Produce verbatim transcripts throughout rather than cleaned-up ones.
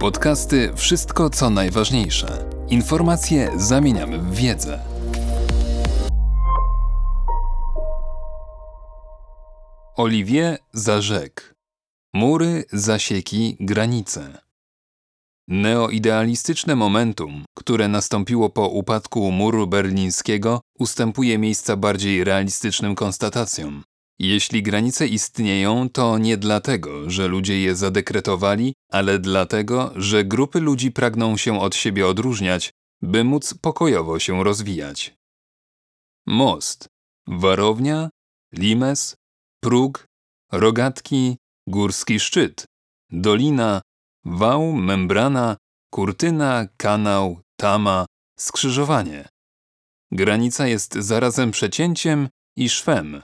Podcasty Wszystko co najważniejsze. Informacje zamieniamy w wiedzę. Olivier Zarzek. Mury, zasieki, granice. Neoidealistyczne momentum, które nastąpiło po upadku muru berlińskiego, ustępuje miejsca bardziej realistycznym konstatacjom. Jeśli granice istnieją, to nie dlatego, że ludzie je zadekretowali, ale dlatego, że grupy ludzi pragną się od siebie odróżniać, by móc pokojowo się rozwijać. Most, warownia, limes, próg, rogatki, górski szczyt, dolina, wał, membrana, kurtyna, kanał, tama, skrzyżowanie. Granica jest zarazem przecięciem i szwem.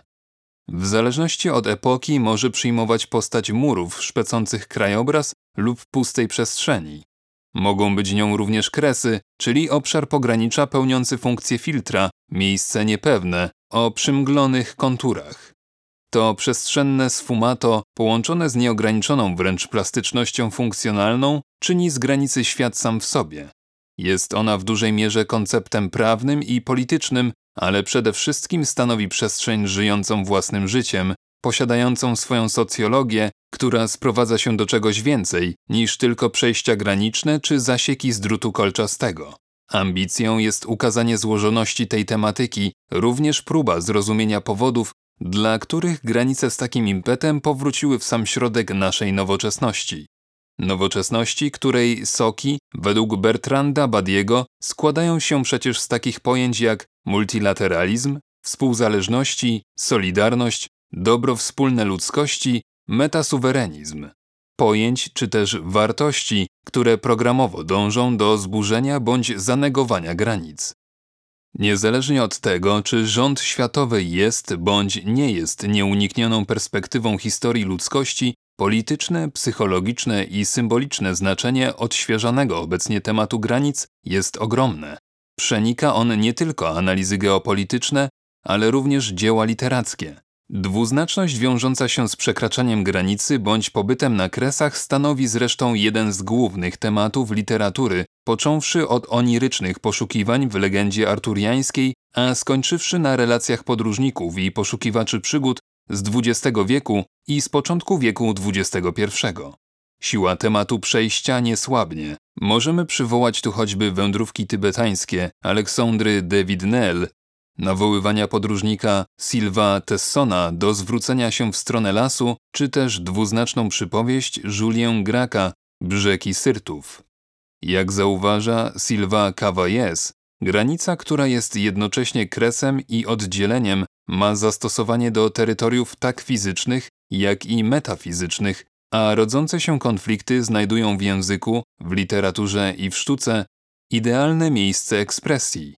W zależności od epoki może przyjmować postać murów szpecących krajobraz lub pustej przestrzeni. Mogą być nią również kresy, czyli obszar pogranicza pełniący funkcję filtra, miejsce niepewne, o przymglonych konturach. To przestrzenne sfumato, połączone z nieograniczoną wręcz plastycznością funkcjonalną, czyni z granicy świat sam w sobie. Jest ona w dużej mierze konceptem prawnym i politycznym, ale przede wszystkim stanowi przestrzeń żyjącą własnym życiem, posiadającą swoją socjologię, która sprowadza się do czegoś więcej niż tylko przejścia graniczne czy zasieki z drutu kolczastego. Ambicją jest ukazanie złożoności tej tematyki, również próba zrozumienia powodów, dla których granice z takim impetem powróciły w sam środek naszej nowoczesności. Nowoczesności, której soki, według Bertranda Badiego, składają się przecież z takich pojęć jak multilateralizm, współzależności, solidarność, dobro wspólne ludzkości, metasuwerenizm. Pojęć czy też wartości, które programowo dążą do zburzenia bądź zanegowania granic. Niezależnie od tego, czy rząd światowy jest bądź nie jest nieuniknioną perspektywą historii ludzkości, polityczne, psychologiczne i symboliczne znaczenie odświeżanego obecnie tematu granic jest ogromne. Przenika on nie tylko analizy geopolityczne, ale również dzieła literackie. Dwuznaczność wiążąca się z przekraczaniem granicy bądź pobytem na kresach stanowi zresztą jeden z głównych tematów literatury, począwszy od onirycznych poszukiwań w legendzie arturiańskiej, a skończywszy na relacjach podróżników i poszukiwaczy przygód z dwudziestego wieku i z początku wieku dwudziestego pierwszego. Siła tematu przejścia nie słabnie. Możemy przywołać tu choćby wędrówki tybetańskie Aleksandry de Widnel, nawoływania podróżnika Sylva Tessona do zwrócenia się w stronę lasu, czy też dwuznaczną przypowieść Julien Gracqa Brzegi Syrtów. Jak zauważa Sylvain Cavaillés, granica, która jest jednocześnie kresem i oddzieleniem, ma zastosowanie do terytoriów tak fizycznych, jak i metafizycznych, a rodzące się konflikty znajdują w języku, w literaturze i w sztuce idealne miejsce ekspresji.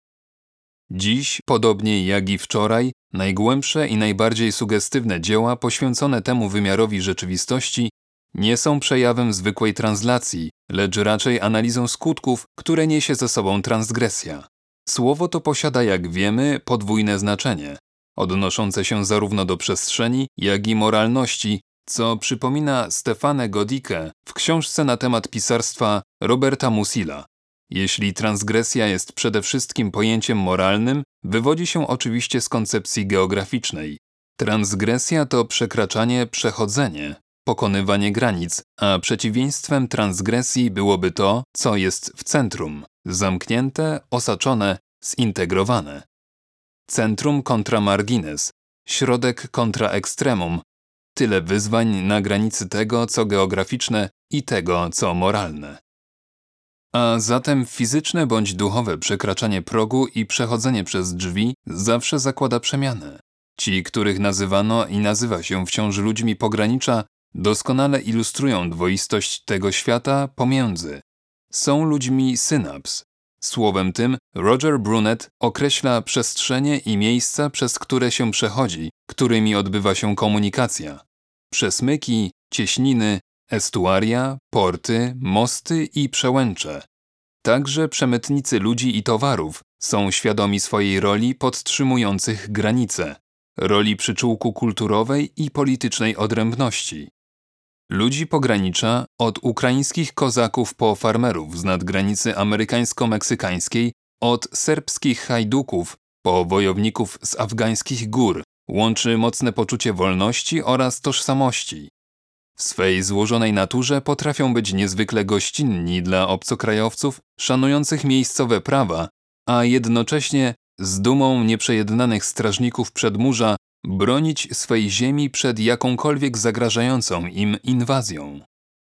Dziś, podobnie jak i wczoraj, najgłębsze i najbardziej sugestywne dzieła poświęcone temu wymiarowi rzeczywistości nie są przejawem zwykłej translacji, lecz raczej analizą skutków, które niesie ze sobą transgresja. Słowo to posiada, jak wiemy, podwójne znaczenie, odnoszące się zarówno do przestrzeni, jak i moralności, co przypomina Stefane Godike w książce na temat pisarstwa Roberta Musilla. Jeśli transgresja jest przede wszystkim pojęciem moralnym, wywodzi się oczywiście z koncepcji geograficznej. Transgresja to przekraczanie, przechodzenie, pokonywanie granic, a przeciwieństwem transgresji byłoby to, co jest w centrum, zamknięte, osaczone, zintegrowane. Centrum kontra margines, środek kontra ekstremum. Tyle wyzwań na granicy tego, co geograficzne i tego, co moralne. A zatem fizyczne bądź duchowe przekraczanie progu i przechodzenie przez drzwi zawsze zakłada przemianę. Ci, których nazywano i nazywa się wciąż ludźmi pogranicza, doskonale ilustrują dwoistość tego świata pomiędzy. Są ludźmi synaps. Słowem tym Roger Brunet określa przestrzenie i miejsca, przez które się przechodzi, którymi odbywa się komunikacja. Przesmyki, cieśniny, estuaria, porty, mosty i przełęcze. Także przemytnicy ludzi i towarów są świadomi swojej roli podtrzymujących granice, roli przyczółku kulturowej i politycznej odrębności. Ludzi pogranicza od ukraińskich kozaków po farmerów z nadgranicy amerykańsko-meksykańskiej, od serbskich hajduków po wojowników z afgańskich gór, łączy mocne poczucie wolności oraz tożsamości. W swej złożonej naturze potrafią być niezwykle gościnni dla obcokrajowców szanujących miejscowe prawa, a jednocześnie z dumą nieprzejednanych strażników przedmurza bronić swej ziemi przed jakąkolwiek zagrażającą im inwazją.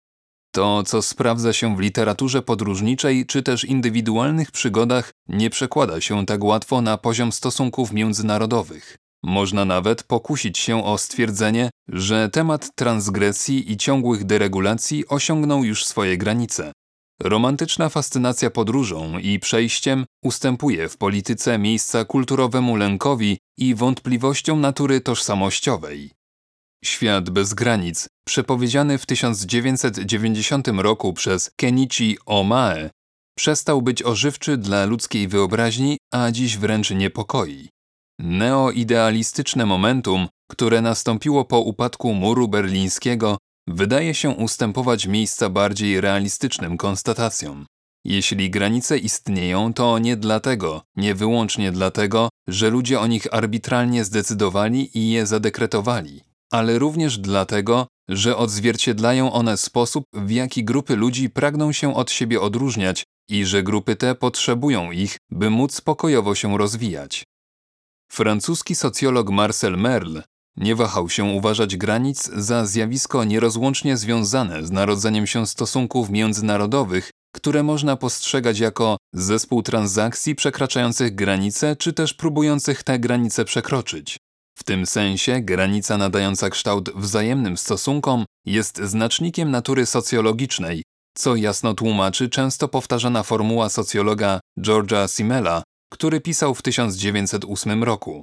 To, co sprawdza się w literaturze podróżniczej czy też indywidualnych przygodach, nie przekłada się tak łatwo na poziom stosunków międzynarodowych. Można nawet pokusić się o stwierdzenie, że temat transgresji i ciągłych deregulacji osiągnął już swoje granice. Romantyczna fascynacja podróżą i przejściem ustępuje w polityce miejsca kulturowemu lękowi i wątpliwościom natury tożsamościowej. Świat bez granic, przepowiedziany w tysiąc dziewięćset dziewięćdziesiątym roku przez Kenichi Omae, przestał być ożywczy dla ludzkiej wyobraźni, a dziś wręcz niepokoi. Neoidealistyczne momentum, które nastąpiło po upadku muru berlińskiego, wydaje się ustępować miejsca bardziej realistycznym konstatacjom. Jeśli granice istnieją, to nie dlatego, nie wyłącznie dlatego, że ludzie o nich arbitralnie zdecydowali i je zadekretowali, ale również dlatego, że odzwierciedlają one sposób, w jaki grupy ludzi pragną się od siebie odróżniać i że grupy te potrzebują ich, by móc pokojowo się rozwijać. Francuski socjolog Marcel Merle nie wahał się uważać granic za zjawisko nierozłącznie związane z narodzeniem się stosunków międzynarodowych, które można postrzegać jako zespół transakcji przekraczających granice czy też próbujących te granice przekroczyć. W tym sensie granica nadająca kształt wzajemnym stosunkom jest znacznikiem natury socjologicznej, co jasno tłumaczy często powtarzana formuła socjologa George'a Simmela, który pisał w tysiąc dziewięćset ósmym roku.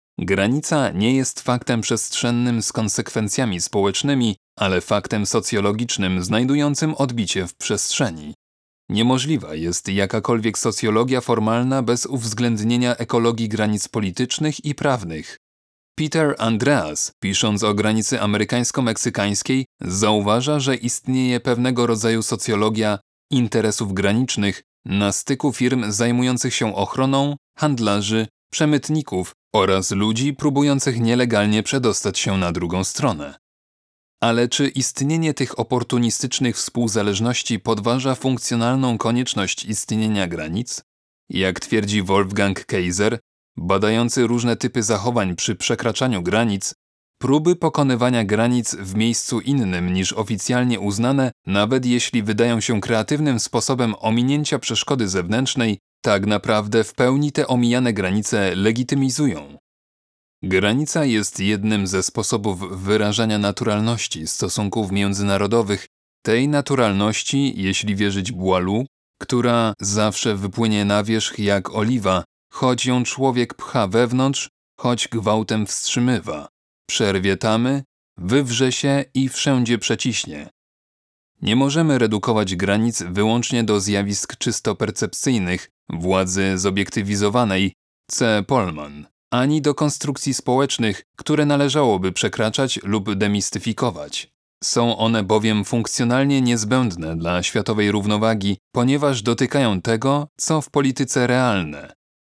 Granica nie jest faktem przestrzennym z konsekwencjami społecznymi, ale faktem socjologicznym znajdującym odbicie w przestrzeni. Niemożliwa jest jakakolwiek socjologia formalna bez uwzględnienia ekologii granic politycznych i prawnych. Peter Andreas, pisząc o granicy amerykańsko-meksykańskiej, zauważa, że istnieje pewnego rodzaju socjologia interesów granicznych na styku firm zajmujących się ochroną, handlarzy, przemytników oraz ludzi próbujących nielegalnie przedostać się na drugą stronę. Ale czy istnienie tych oportunistycznych współzależności podważa funkcjonalną konieczność istnienia granic? Jak twierdzi Wolfgang Kaiser, badający różne typy zachowań przy przekraczaniu granic, próby pokonywania granic w miejscu innym niż oficjalnie uznane, nawet jeśli wydają się kreatywnym sposobem ominięcia przeszkody zewnętrznej, tak naprawdę w pełni te omijane granice legitymizują. Granica jest jednym ze sposobów wyrażania naturalności stosunków międzynarodowych, tej naturalności, jeśli wierzyć Boileau, która zawsze wypłynie na wierzch jak oliwa, choć ją człowiek pcha wewnątrz, choć gwałtem wstrzymywa. Przerwie tamy, wywrze się i wszędzie przeciśnie. Nie możemy redukować granic wyłącznie do zjawisk czysto percepcyjnych, władzy zobiektywizowanej, C. Polman, ani do konstrukcji społecznych, które należałoby przekraczać lub demistyfikować. Są one bowiem funkcjonalnie niezbędne dla światowej równowagi, ponieważ dotykają tego, co w polityce realne.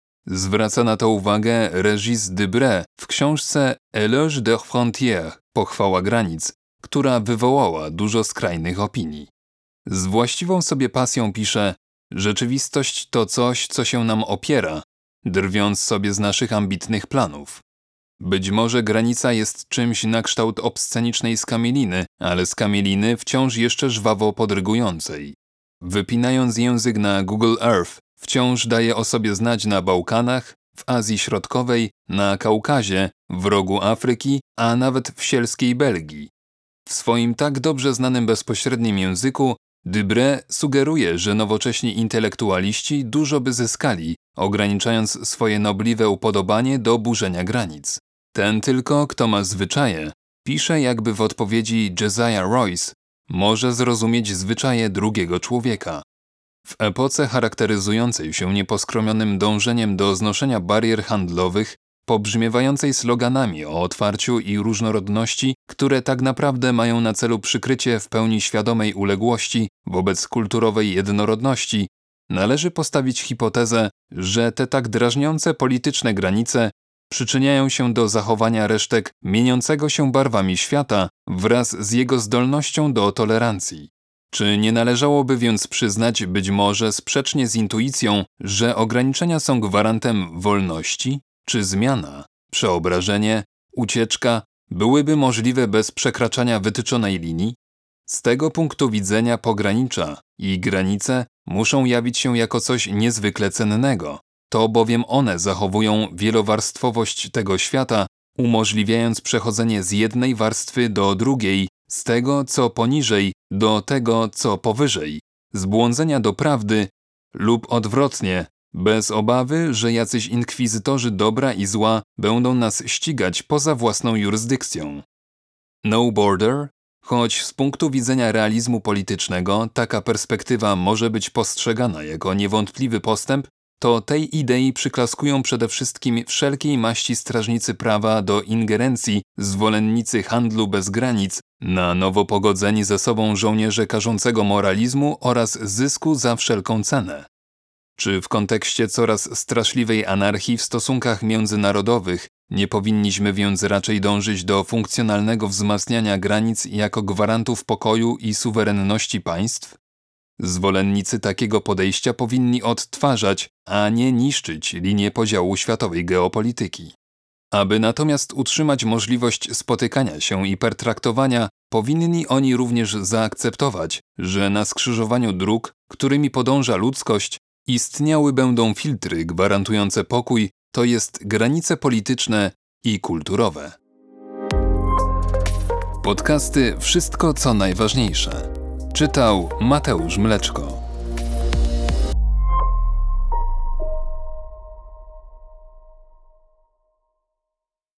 Zwraca na to uwagę Régis Debray w książce Éloge des frontières, Pochwała granic, która wywołała dużo skrajnych opinii. Z właściwą sobie pasją pisze: rzeczywistość to coś, co się nam opiera, drwiąc sobie z naszych ambitnych planów. Być może granica jest czymś na kształt obscenicznej skamieliny, ale skamieliny wciąż jeszcze żwawo podrygującej. Wypinając język na Google Earth, wciąż daje o sobie znać na Bałkanach, w Azji Środkowej, na Kaukazie, w rogu Afryki, a nawet w sielskiej Belgii. W swoim tak dobrze znanym bezpośrednim języku Debray sugeruje, że nowocześni intelektualiści dużo by zyskali, ograniczając swoje nobliwe upodobanie do burzenia granic. Ten tylko, kto ma zwyczaje, pisze jakby w odpowiedzi Josiah Royce, może zrozumieć zwyczaje drugiego człowieka. W epoce charakteryzującej się nieposkromionym dążeniem do znoszenia barier handlowych, pobrzmiewającej sloganami o otwarciu i różnorodności, które tak naprawdę mają na celu przykrycie w pełni świadomej uległości wobec kulturowej jednorodności, należy postawić hipotezę, że te tak drażniące polityczne granice przyczyniają się do zachowania resztek mieniącego się barwami świata wraz z jego zdolnością do tolerancji. Czy nie należałoby więc przyznać, być może sprzecznie z intuicją, że ograniczenia są gwarantem wolności? Czy zmiana, przeobrażenie, ucieczka byłyby możliwe bez przekraczania wytyczonej linii? Z tego punktu widzenia pogranicza i granice muszą jawić się jako coś niezwykle cennego. To bowiem one zachowują wielowarstwowość tego świata, umożliwiając przechodzenie z jednej warstwy do drugiej, z tego, co poniżej, do tego, co powyżej, z błądzenia do prawdy lub odwrotnie, bez obawy, że jacyś inkwizytorzy dobra i zła będą nas ścigać poza własną jurysdykcją. No border? Choć z punktu widzenia realizmu politycznego taka perspektywa może być postrzegana jako niewątpliwy postęp, to tej idei przyklaskują przede wszystkim wszelkiej maści strażnicy prawa do ingerencji, zwolennicy handlu bez granic, na nowo pogodzeni ze sobą żołnierze karzącego moralizmu oraz zysku za wszelką cenę. Czy w kontekście coraz straszliwej anarchii w stosunkach międzynarodowych nie powinniśmy więc raczej dążyć do funkcjonalnego wzmacniania granic jako gwarantów pokoju i suwerenności państw? Zwolennicy takiego podejścia powinni odtwarzać, a nie niszczyć linię podziału światowej geopolityki. Aby natomiast utrzymać możliwość spotykania się i pertraktowania, powinni oni również zaakceptować, że na skrzyżowaniu dróg, którymi podąża ludzkość, istniały będą filtry gwarantujące pokój, to jest granice polityczne i kulturowe. Podcasty Wszystko co najważniejsze. Czytał Mateusz Mleczko.